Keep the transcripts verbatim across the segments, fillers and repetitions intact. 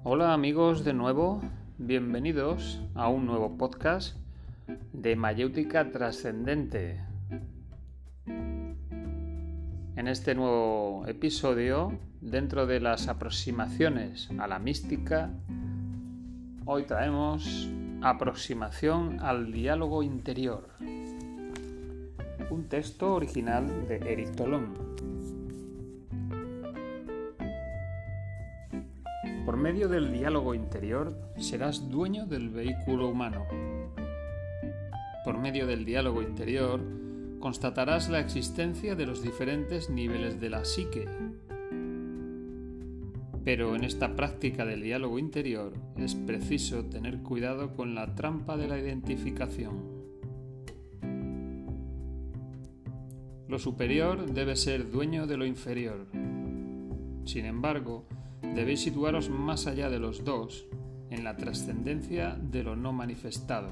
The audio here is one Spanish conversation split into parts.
Hola amigos de nuevo, bienvenidos a un nuevo podcast de Mayéutica Trascendente. En este nuevo episodio, dentro de las aproximaciones a la mística, hoy traemos aproximación al diálogo interior, un texto original de Éric Tolón. Por medio del diálogo interior serás dueño del vehículo humano. Por medio del diálogo interior constatarás la existencia de los diferentes niveles de la psique. Pero en esta práctica del diálogo interior es preciso tener cuidado con la trampa de la identificación. Lo superior debe ser dueño de lo inferior. Sin embargo, debéis situaros más allá de los dos, en la trascendencia de lo no manifestado.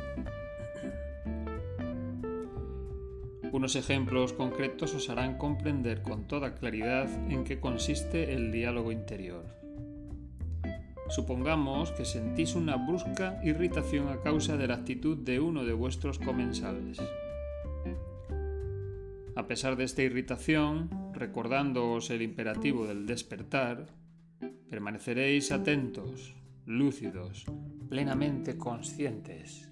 Unos ejemplos concretos os harán comprender con toda claridad en qué consiste el diálogo interior. Supongamos que sentís una brusca irritación a causa de la actitud de uno de vuestros comensales. A pesar de esta irritación, recordándoos el imperativo del despertar, permaneceréis atentos, lúcidos, plenamente conscientes.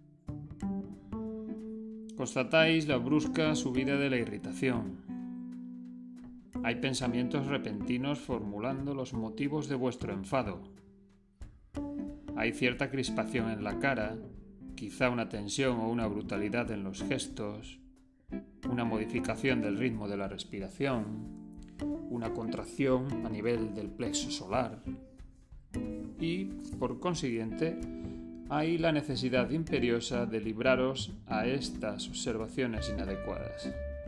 Constatáis la brusca subida de la irritación. Hay pensamientos repentinos formulando los motivos de vuestro enfado. Hay cierta crispación en la cara, quizá una tensión o una brutalidad en los gestos, una modificación del ritmo de la respiración, una contracción a nivel del plexo solar y, por consiguiente, hay la necesidad imperiosa de libraros a estas observaciones inadecuadas.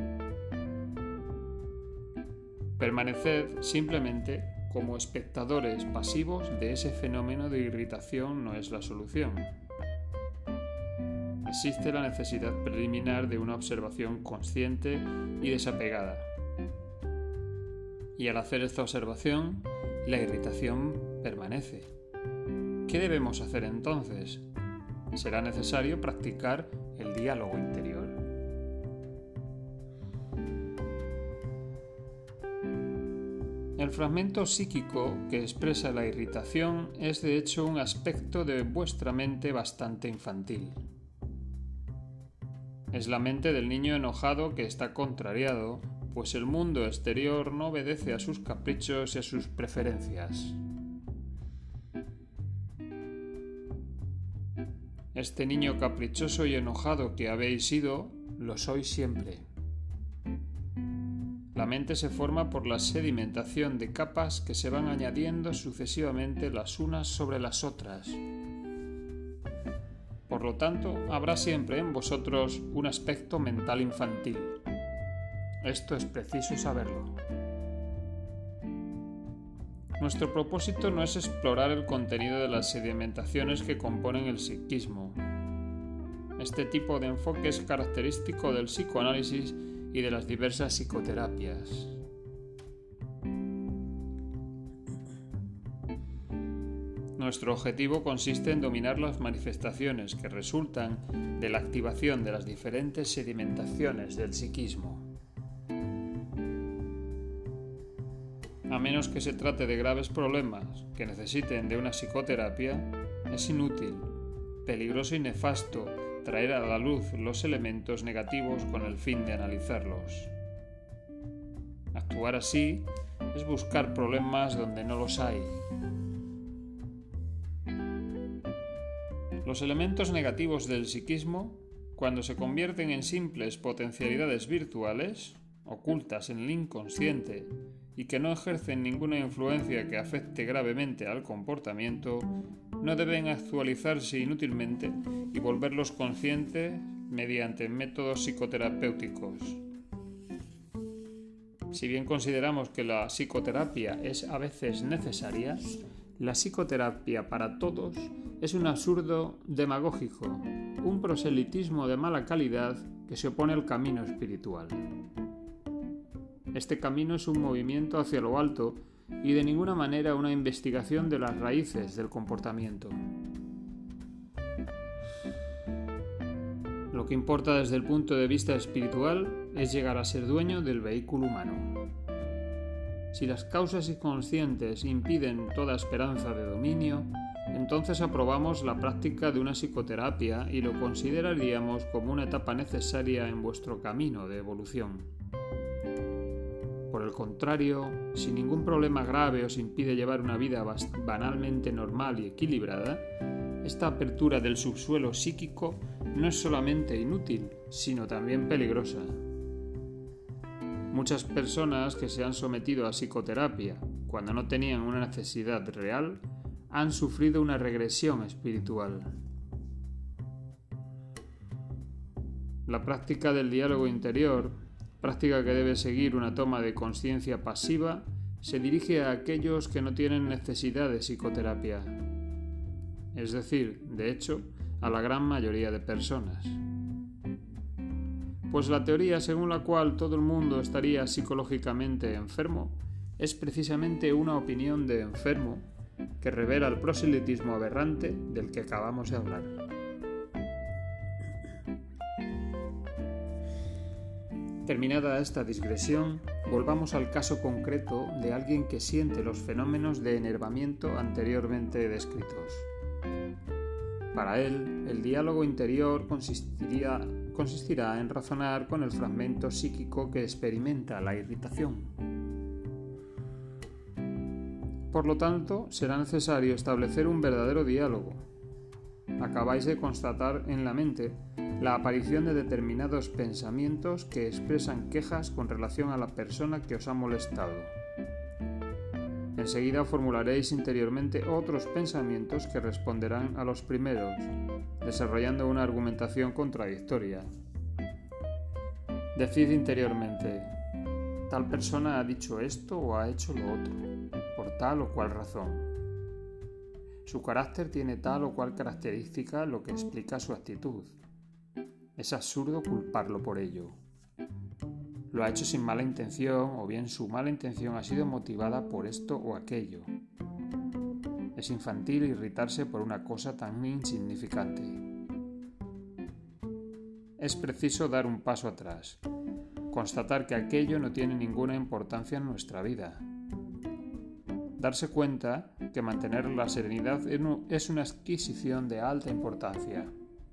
Permaneced simplemente como espectadores pasivos de ese fenómeno de irritación no es la solución. Existe la necesidad preliminar de una observación consciente y desapegada. Y al hacer esta observación, la irritación permanece. ¿Qué debemos hacer entonces? Será necesario practicar el diálogo interior. El fragmento psíquico que expresa la irritación es de hecho un aspecto de vuestra mente bastante infantil. Es la mente del niño enojado que está contrariado, pues el mundo exterior no obedece a sus caprichos y a sus preferencias. Este niño caprichoso y enojado que habéis sido, lo sois siempre. La mente se forma por la sedimentación de capas que se van añadiendo sucesivamente las unas sobre las otras. Por lo tanto, habrá siempre en vosotros un aspecto mental infantil. Esto es preciso saberlo. Nuestro propósito no es explorar el contenido de las sedimentaciones que componen el psiquismo. Este tipo de enfoque es característico del psicoanálisis y de las diversas psicoterapias. Nuestro objetivo consiste en dominar las manifestaciones que resultan de la activación de las diferentes sedimentaciones del psiquismo. A menos que se trate de graves problemas que necesiten de una psicoterapia, es inútil, peligroso y nefasto traer a la luz los elementos negativos con el fin de analizarlos. Actuar así es buscar problemas donde no los hay. Los elementos negativos del psiquismo, cuando se convierten en simples potencialidades virtuales, ocultas en el inconsciente y que no ejercen ninguna influencia que afecte gravemente al comportamiento, no deben actualizarse inútilmente y volverlos conscientes mediante métodos psicoterapéuticos. Si bien consideramos que la psicoterapia es a veces necesaria, la psicoterapia para todos es un absurdo demagógico, un proselitismo de mala calidad que se opone al camino espiritual. Este camino es un movimiento hacia lo alto y de ninguna manera una investigación de las raíces del comportamiento. Lo que importa desde el punto de vista espiritual es llegar a ser dueño del vehículo humano. Si las causas inconscientes impiden toda esperanza de dominio, entonces aprobamos la práctica de una psicoterapia y lo consideraríamos como una etapa necesaria en vuestro camino de evolución. Por el contrario, si ningún problema grave os impide llevar una vida banalmente normal y equilibrada, esta apertura del subsuelo psíquico no es solamente inútil, sino también peligrosa. Muchas personas que se han sometido a psicoterapia cuando no tenían una necesidad real han sufrido una regresión espiritual. La práctica del diálogo interior, práctica que debe seguir una toma de conciencia pasiva, se dirige a aquellos que no tienen necesidad de psicoterapia, es decir, de hecho, a la gran mayoría de personas. Pues la teoría según la cual todo el mundo estaría psicológicamente enfermo es precisamente una opinión de enfermo que revela el proselitismo aberrante del que acabamos de hablar. Terminada esta digresión, volvamos al caso concreto de alguien que siente los fenómenos de enervamiento anteriormente descritos. Para él, el diálogo interior consistiría, consistirá en razonar con el fragmento psíquico que experimenta la irritación. Por lo tanto, será necesario establecer un verdadero diálogo. Acabáis de constatar en la mente la aparición de determinados pensamientos que expresan quejas con relación a la persona que os ha molestado. Enseguida formularéis interiormente otros pensamientos que responderán a los primeros, desarrollando una argumentación contradictoria. Decid interiormente: tal persona ha dicho esto o ha hecho lo otro, por tal o cual razón. Su carácter tiene tal o cual característica, lo que explica su actitud. Es absurdo culparlo por ello. Lo ha hecho sin mala intención, o bien su mala intención ha sido motivada por esto o aquello. Es infantil irritarse por una cosa tan insignificante. Es preciso dar un paso atrás, constatar que aquello no tiene ninguna importancia en nuestra vida. Darse cuenta que mantener la serenidad es una adquisición de alta importancia.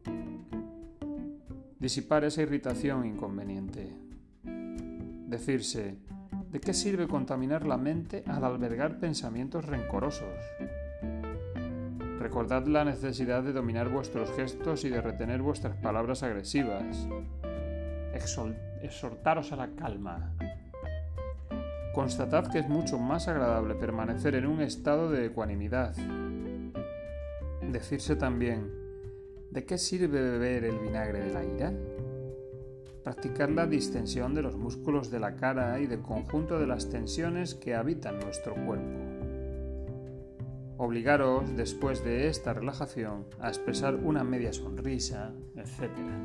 Disipar esa irritación inconveniente. Decirse: ¿de qué sirve contaminar la mente al albergar pensamientos rencorosos? Recordad la necesidad de dominar vuestros gestos y de retener vuestras palabras agresivas. Exol- exhortaros a la calma. Constatad que es mucho más agradable permanecer en un estado de ecuanimidad. Decirse también: ¿de qué sirve beber el vinagre de la ira? Practicar la distensión de los músculos de la cara y del conjunto de las tensiones que habitan nuestro cuerpo. Obligaros, después de esta relajación, a expresar una media sonrisa, etcétera.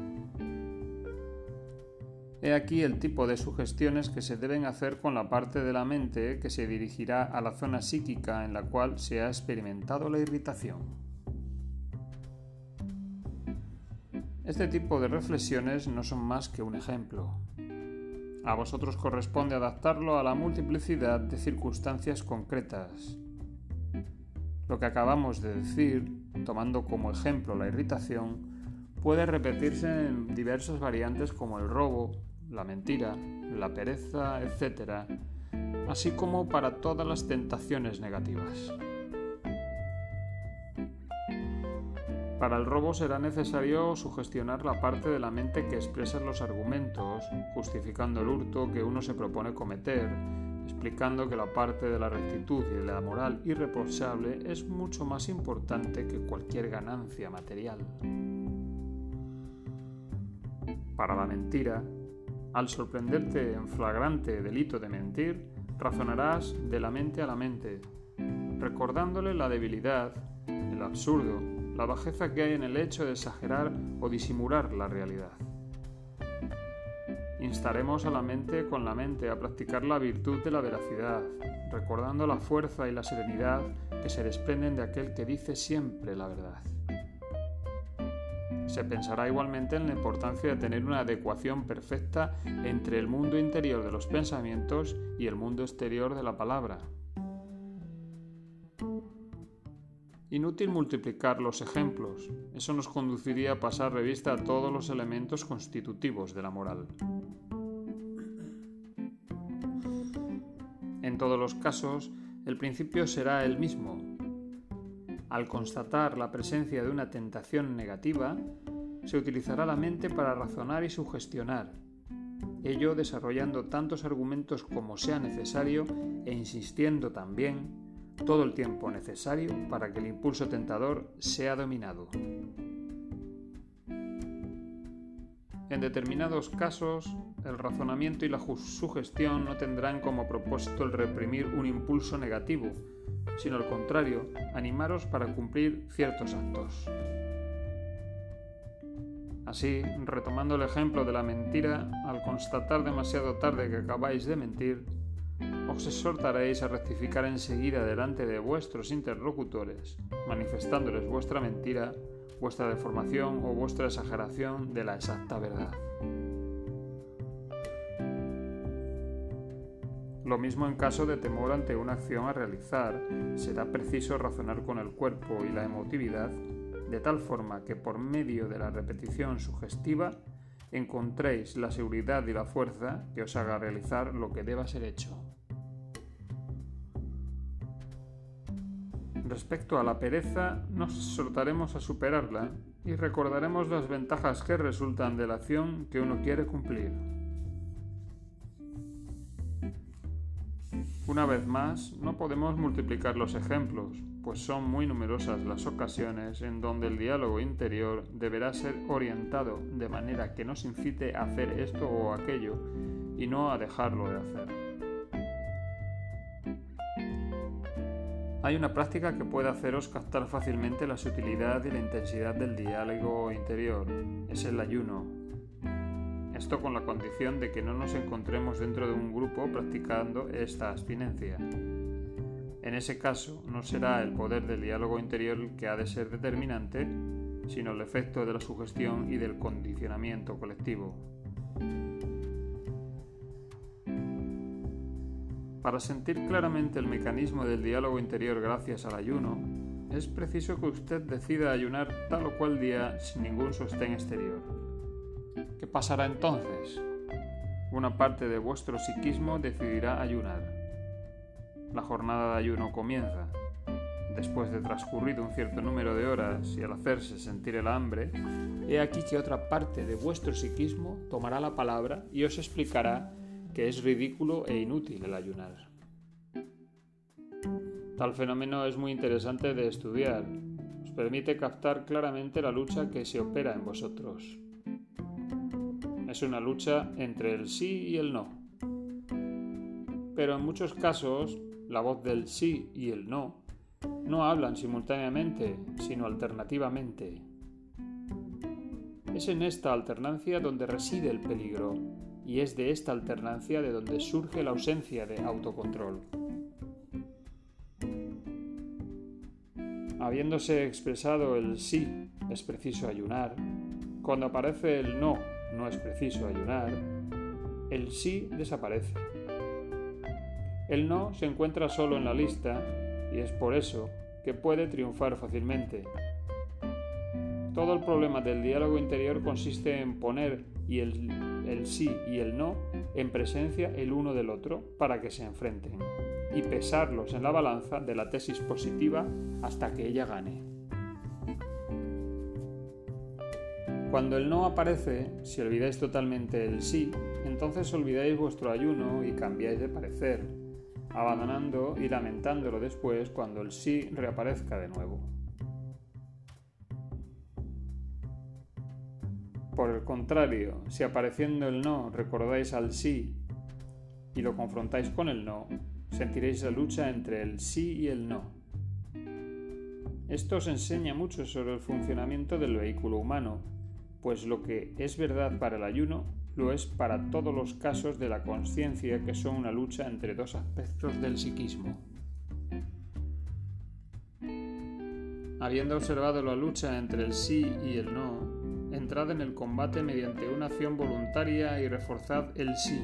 He aquí el tipo de sugestiones que se deben hacer con la parte de la mente que se dirigirá a la zona psíquica en la cual se ha experimentado la irritación. Este tipo de reflexiones no son más que un ejemplo. A vosotros corresponde adaptarlo a la multiplicidad de circunstancias concretas. Lo que acabamos de decir, tomando como ejemplo la irritación, puede repetirse en diversas variantes como el robo, la mentira, la pereza, etcétera, así como para todas las tentaciones negativas. Para el robo será necesario sugestionar la parte de la mente que expresa los argumentos, justificando el hurto que uno se propone cometer, explicando que la parte de la rectitud y de la moral irreprochable es mucho más importante que cualquier ganancia material. Para la mentira, al sorprenderte en flagrante delito de mentir, razonarás de la mente a la mente, recordándole la debilidad, el absurdo, la bajeza que hay en el hecho de exagerar o disimular la realidad. instaremos a la mente con la mente a practicar la virtud de la veracidad, recordando la fuerza y la serenidad que se desprenden de aquel que dice siempre la verdad. Se pensará igualmente en la importancia de tener una adecuación perfecta entre el mundo interior de los pensamientos y el mundo exterior de la palabra. Inútil multiplicar los ejemplos, eso nos conduciría a pasar revista a todos los elementos constitutivos de la moral. En todos los casos, el principio será el mismo. Al constatar la presencia de una tentación negativa, se utilizará la mente para razonar y sugestionar, ello desarrollando tantos argumentos como sea necesario e insistiendo también todo el tiempo necesario para que el impulso tentador sea dominado. En determinados casos, el razonamiento y la sugestión no tendrán como propósito el reprimir un impulso negativo, sino al contrario, animaros para cumplir ciertos actos. Así, retomando el ejemplo de la mentira, al constatar demasiado tarde que acabáis de mentir, os exhortaréis a rectificar enseguida delante de vuestros interlocutores, manifestándoles vuestra mentira, vuestra deformación o vuestra exageración de la exacta verdad. Lo mismo en caso de temor ante una acción a realizar, será preciso razonar con el cuerpo y la emotividad, de tal forma que por medio de la repetición sugestiva encontréis la seguridad y la fuerza que os haga realizar lo que deba ser hecho. Respecto a la pereza, nos exhortaremos a superarla y recordaremos las ventajas que resultan de la acción que uno quiere cumplir. Una vez más, no podemos multiplicar los ejemplos, pues son muy numerosas las ocasiones en donde el diálogo interior deberá ser orientado de manera que nos incite a hacer esto o aquello y no a dejarlo de hacer. Hay una práctica que puede haceros captar fácilmente la sutilidad y la intensidad del diálogo interior, es el ayuno. Esto con la condición de que no nos encontremos dentro de un grupo practicando esta abstinencia. En ese caso, no será el poder del diálogo interior el que ha de ser determinante, sino el efecto de la sugestión y del condicionamiento colectivo. Para sentir claramente el mecanismo del diálogo interior gracias al ayuno, es preciso que usted decida ayunar tal o cual día sin ningún sostén exterior. ¿Qué pasará entonces? Una parte de vuestro psiquismo decidirá ayunar. La jornada de ayuno comienza. Después de transcurrido un cierto número de horas y al hacerse sentir el hambre, he aquí que otra parte de vuestro psiquismo tomará la palabra y os explicará que es ridículo e inútil el ayunar. Tal fenómeno es muy interesante de estudiar. Os permite captar claramente la lucha que se opera en vosotros. Es una lucha entre el sí y el no. Pero en muchos casos, la voz del sí y el no no hablan simultáneamente, sino alternativamente. Es en esta alternancia donde reside el peligro, y es de esta alternancia de donde surge la ausencia de autocontrol. Habiéndose expresado el sí, es preciso ayunar. Cuando aparece el no, no es preciso ayunar. El sí desaparece. El no se encuentra solo en la lista y es por eso que puede triunfar fácilmente. Todo el problema del diálogo interior consiste en poner y el, el sí y el no en presencia el uno del otro para que se enfrenten y pesarlos en la balanza de la tesis positiva hasta que ella gane. Cuando el no aparece, si olvidáis totalmente el sí, entonces olvidáis vuestro ayuno y cambiáis de parecer, abandonando y lamentándolo después cuando el sí reaparezca de nuevo. Por el contrario, si apareciendo el no recordáis al sí y lo confrontáis con el no, sentiréis la lucha entre el sí y el no. Esto os enseña mucho sobre el funcionamiento del vehículo humano pues lo que es verdad para el ayuno lo es para todos los casos de la consciencia que son una lucha entre dos aspectos del psiquismo. Habiendo observado la lucha entre el sí y el no, entrad en el combate mediante una acción voluntaria y reforzad el sí.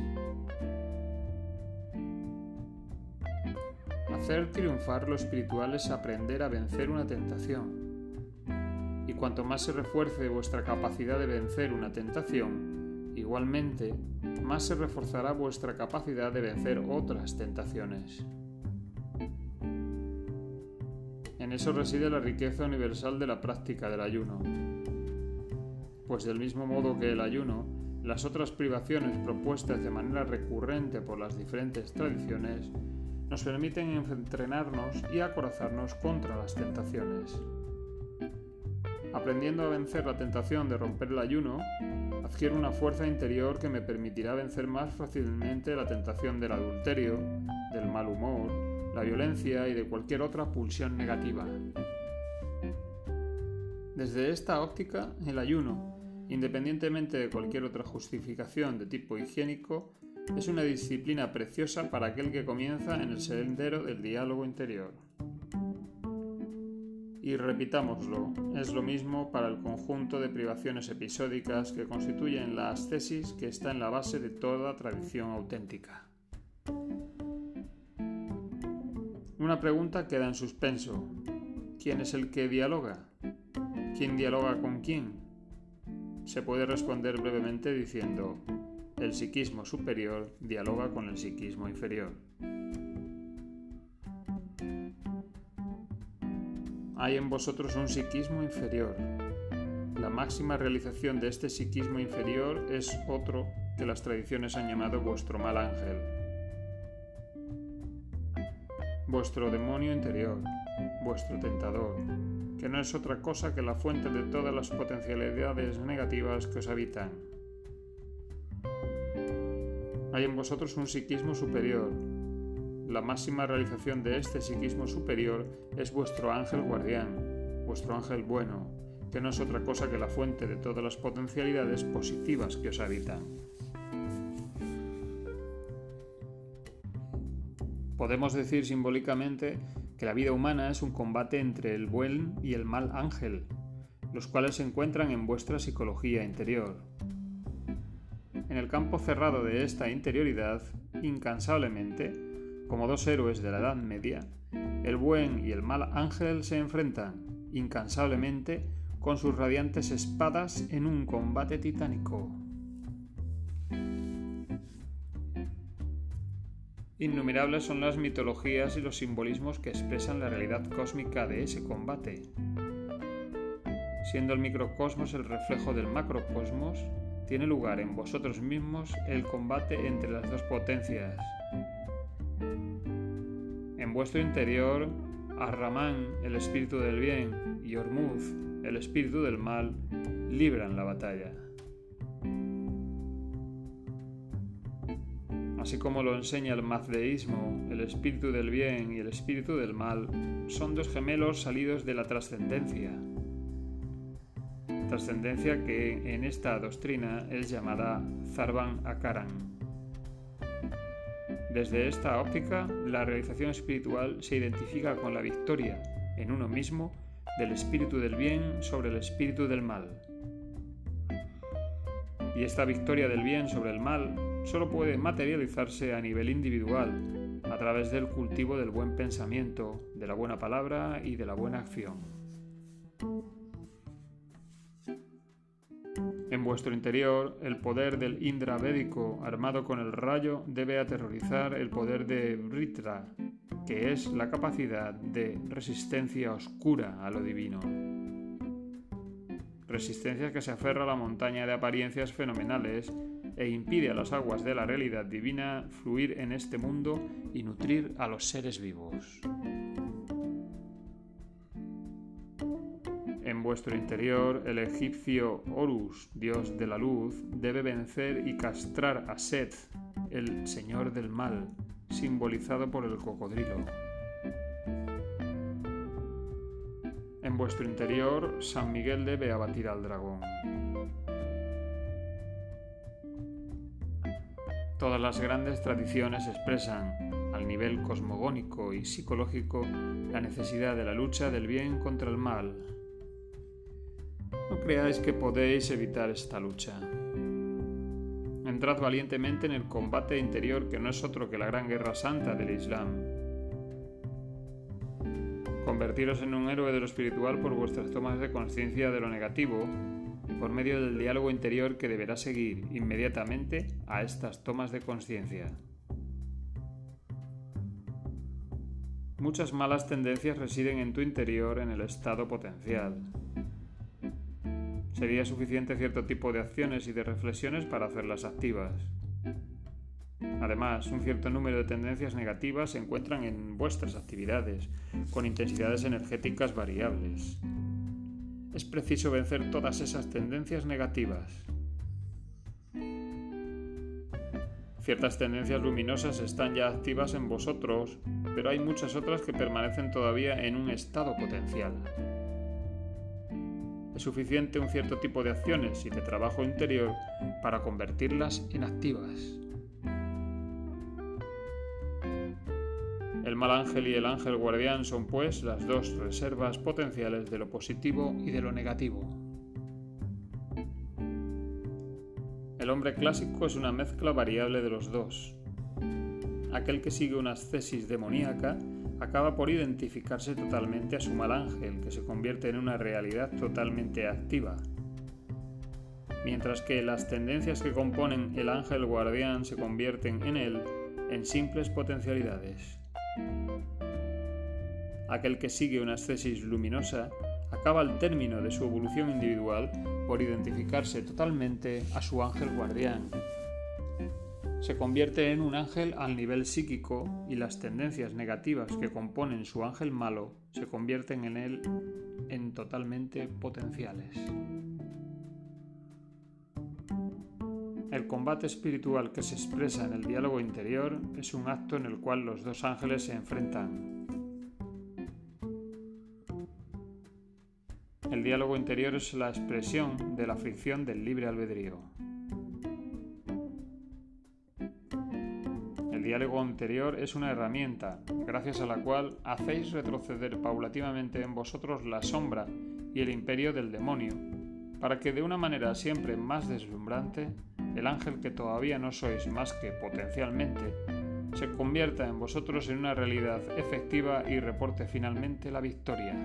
Hacer triunfar lo espiritual es aprender a vencer una tentación. Y cuanto más se refuerce vuestra capacidad de vencer una tentación, igualmente, más se reforzará vuestra capacidad de vencer otras tentaciones. En eso reside la riqueza universal de la práctica del ayuno. Pues del mismo modo que el ayuno, las otras privaciones propuestas de manera recurrente por las diferentes tradiciones nos permiten entrenarnos y acorazarnos contra las tentaciones. Aprendiendo a vencer la tentación de romper el ayuno, adquiero una fuerza interior que me permitirá vencer más fácilmente la tentación del adulterio, del mal humor, la violencia y de cualquier otra pulsión negativa. Desde esta óptica, el ayuno, independientemente de cualquier otra justificación de tipo higiénico, es una disciplina preciosa para aquel que comienza en el sendero del diálogo interior. Y repitámoslo, es lo mismo para el conjunto de privaciones episódicas que constituyen la ascesis que está en la base de toda tradición auténtica. Una pregunta queda en suspenso. ¿Quién es el que dialoga? ¿Quién dialoga con quién? Se puede responder brevemente diciendo: el psiquismo superior dialoga con el psiquismo inferior. Hay en vosotros un psiquismo inferior. La máxima realización de este psiquismo inferior es otro que las tradiciones han llamado vuestro mal ángel. Vuestro demonio interior, vuestro tentador, que no es otra cosa que la fuente de todas las potencialidades negativas que os habitan. Hay en vosotros un psiquismo superior. La máxima realización de este psiquismo superior es vuestro ángel guardián, vuestro ángel bueno, que no es otra cosa que la fuente de todas las potencialidades positivas que os habitan. Podemos decir simbólicamente que la vida humana es un combate entre el buen y el mal ángel, los cuales se encuentran en vuestra psicología interior. En el campo cerrado de esta interioridad, incansablemente, como dos héroes de la Edad Media, el buen y el mal ángel se enfrentan, incansablemente, con sus radiantes espadas en un combate titánico. Innumerables son las mitologías y los simbolismos que expresan la realidad cósmica de ese combate. Siendo el microcosmos el reflejo del macrocosmos, tiene lugar en vosotros mismos el combate entre las dos potencias. En vuestro interior, Ar-Rahman, el espíritu del bien, y Ormuz, el espíritu del mal, libran la batalla. Así como lo enseña el mazdeísmo, el espíritu del bien y el espíritu del mal son dos gemelos salidos de la trascendencia. Trascendencia que en esta doctrina es llamada Zarvan Akaran. Desde esta óptica, la realización espiritual se identifica con la victoria, en uno mismo, del espíritu del bien sobre el espíritu del mal. Y esta victoria del bien sobre el mal solo puede materializarse a nivel individual, a través del cultivo del buen pensamiento, de la buena palabra y de la buena acción. En vuestro interior, el poder del Indra védico armado con el rayo debe aterrorizar el poder de Vritra, que es la capacidad de resistencia oscura a lo divino. Resistencia que se aferra a la montaña de apariencias fenomenales e impide a las aguas de la realidad divina fluir en este mundo y nutrir a los seres vivos. En vuestro interior, el egipcio Horus, dios de la luz, debe vencer y castrar a Set, el señor del mal, simbolizado por el cocodrilo. En vuestro interior, San Miguel debe abatir al dragón. Todas las grandes tradiciones expresan, al nivel cosmogónico y psicológico, la necesidad de la lucha del bien contra el mal. No creáis que podéis evitar esta lucha. Entrad valientemente en el combate interior que no es otro que la gran guerra santa del Islam. Convertiros en un héroe de lo espiritual por vuestras tomas de conciencia de lo negativo y por medio del diálogo interior que deberá seguir inmediatamente a estas tomas de conciencia. Muchas malas tendencias residen en tu interior en el estado potencial. Sería suficiente cierto tipo de acciones y de reflexiones para hacerlas activas. Además, un cierto número de tendencias negativas se encuentran en vuestras actividades, con intensidades energéticas variables. Es preciso vencer todas esas tendencias negativas. Ciertas tendencias luminosas están ya activas en vosotros, pero hay muchas otras que permanecen todavía en un estado potencial. Es suficiente un cierto tipo de acciones y de trabajo interior para convertirlas en activas. El mal ángel y el ángel guardián son, pues, las dos reservas potenciales de lo positivo y de lo negativo. El hombre clásico es una mezcla variable de los dos. Aquel que sigue una ascesis demoníaca acaba por identificarse totalmente a su mal ángel, que se convierte en una realidad totalmente activa, mientras que las tendencias que componen el ángel guardián se convierten en él en simples potencialidades. Aquel que sigue una ascesis luminosa acaba al término de su evolución individual por identificarse totalmente a su ángel guardián. Se convierte en un ángel al nivel psíquico y las tendencias negativas que componen su ángel malo se convierten en él en totalmente potenciales. El combate espiritual que se expresa en el diálogo interior es un acto en el cual los dos ángeles se enfrentan. El diálogo interior es la expresión de la fricción del libre albedrío. El diálogo interior es una herramienta, gracias a la cual hacéis retroceder paulatinamente en vosotros la sombra y el imperio del demonio, para que de una manera siempre más deslumbrante, el ángel que todavía no sois más que potencialmente, se convierta en vosotros en una realidad efectiva y reporte finalmente la victoria.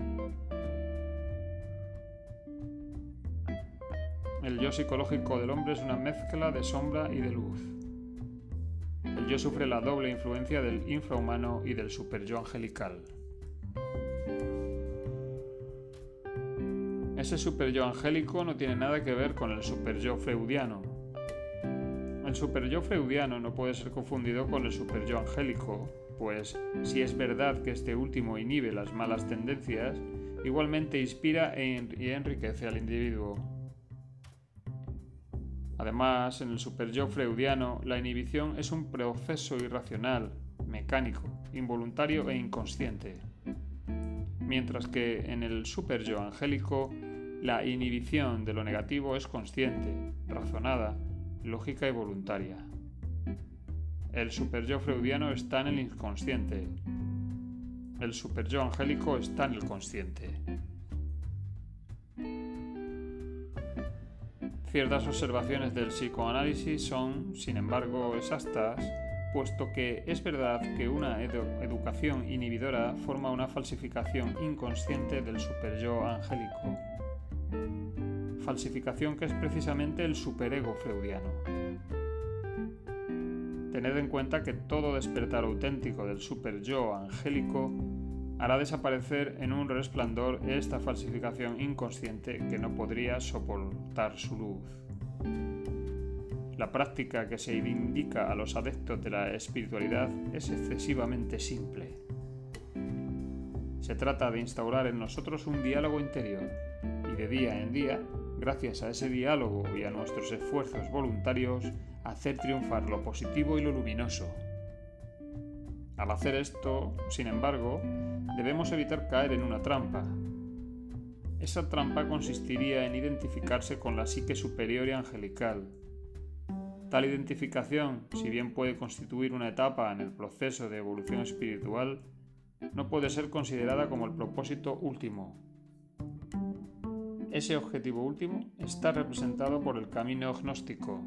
El yo psicológico del hombre es una mezcla de sombra y de luz. El yo sufre la doble influencia del infrahumano y del superyo angelical. Ese superyo angélico no tiene nada que ver con el superyo freudiano. El superyo freudiano no puede ser confundido con el superyo angélico, pues si es verdad que este último inhibe las malas tendencias, igualmente inspira y enriquece al individuo. Además, en el superyo freudiano, la inhibición es un proceso irracional, mecánico, involuntario e inconsciente, mientras que en el superyo angélico, la inhibición de lo negativo es consciente, razonada, lógica y voluntaria. El superyo freudiano está en el inconsciente. El superyo angélico está en el consciente. Ciertas observaciones del psicoanálisis son, sin embargo, exactas, puesto que es verdad que una edu- educación inhibidora forma una falsificación inconsciente del superyo angélico. Falsificación que es precisamente el superego freudiano. Tened en cuenta que todo despertar auténtico del superyo angélico hará desaparecer en un resplandor esta falsificación inconsciente que no podría soportar su luz. La práctica que se indica a los adeptos de la espiritualidad es excesivamente simple. Se trata de instaurar en nosotros un diálogo interior y de día en día, gracias a ese diálogo y a nuestros esfuerzos voluntarios, hacer triunfar lo positivo y lo luminoso. Al hacer esto, sin embargo, debemos evitar caer en una trampa. Esa trampa consistiría en identificarse con la psique superior y angelical. Tal identificación, si bien puede constituir una etapa en el proceso de evolución espiritual, no puede ser considerada como el propósito último. Ese objetivo último está representado por el camino gnóstico.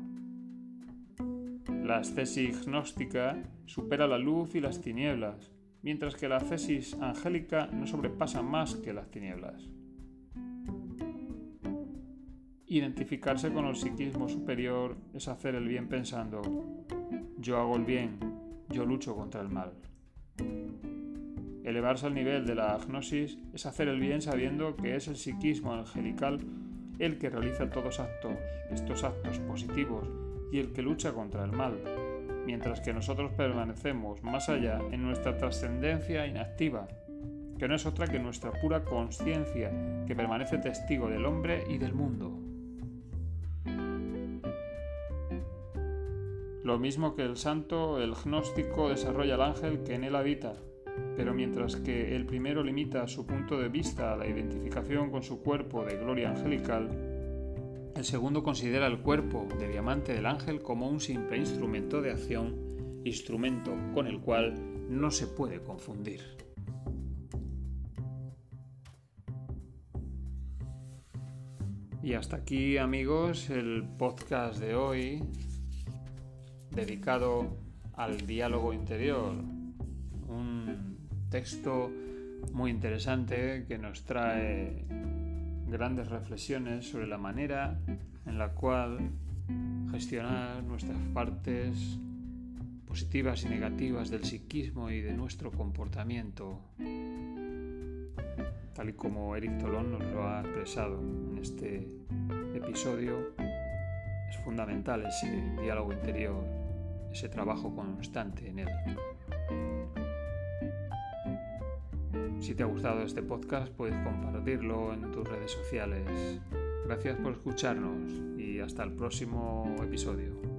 La ascesis gnóstica supera la luz y las tinieblas, mientras que la ascesis angélica no sobrepasa más que las tinieblas. Identificarse con el psiquismo superior es hacer el bien pensando: yo hago el bien, yo lucho contra el mal. Elevarse al nivel de la agnosis es hacer el bien sabiendo que es el psiquismo angelical el que realiza todos actos, estos actos positivos y el que lucha contra el mal, mientras que nosotros permanecemos más allá en nuestra trascendencia inactiva, que no es otra que nuestra pura conciencia que permanece testigo del hombre y del mundo. Lo mismo que el santo, el gnóstico desarrolla al ángel que en él habita, pero mientras que el primero limita su punto de vista a la identificación con su cuerpo de gloria angelical, el segundo considera el cuerpo de diamante del ángel como un simple instrumento de acción, instrumento con el cual no se puede confundir. Y hasta aquí, amigos, el podcast de hoy, dedicado al diálogo interior, un texto muy interesante que nos trae grandes reflexiones sobre la manera en la cual gestionar nuestras partes positivas y negativas del psiquismo y de nuestro comportamiento, tal y como Eric Tolón nos lo ha expresado en este episodio. Es fundamental ese diálogo interior, ese trabajo constante en él. Si te ha gustado este podcast, puedes compartirlo en tus redes sociales. Gracias por escucharnos y hasta el próximo episodio.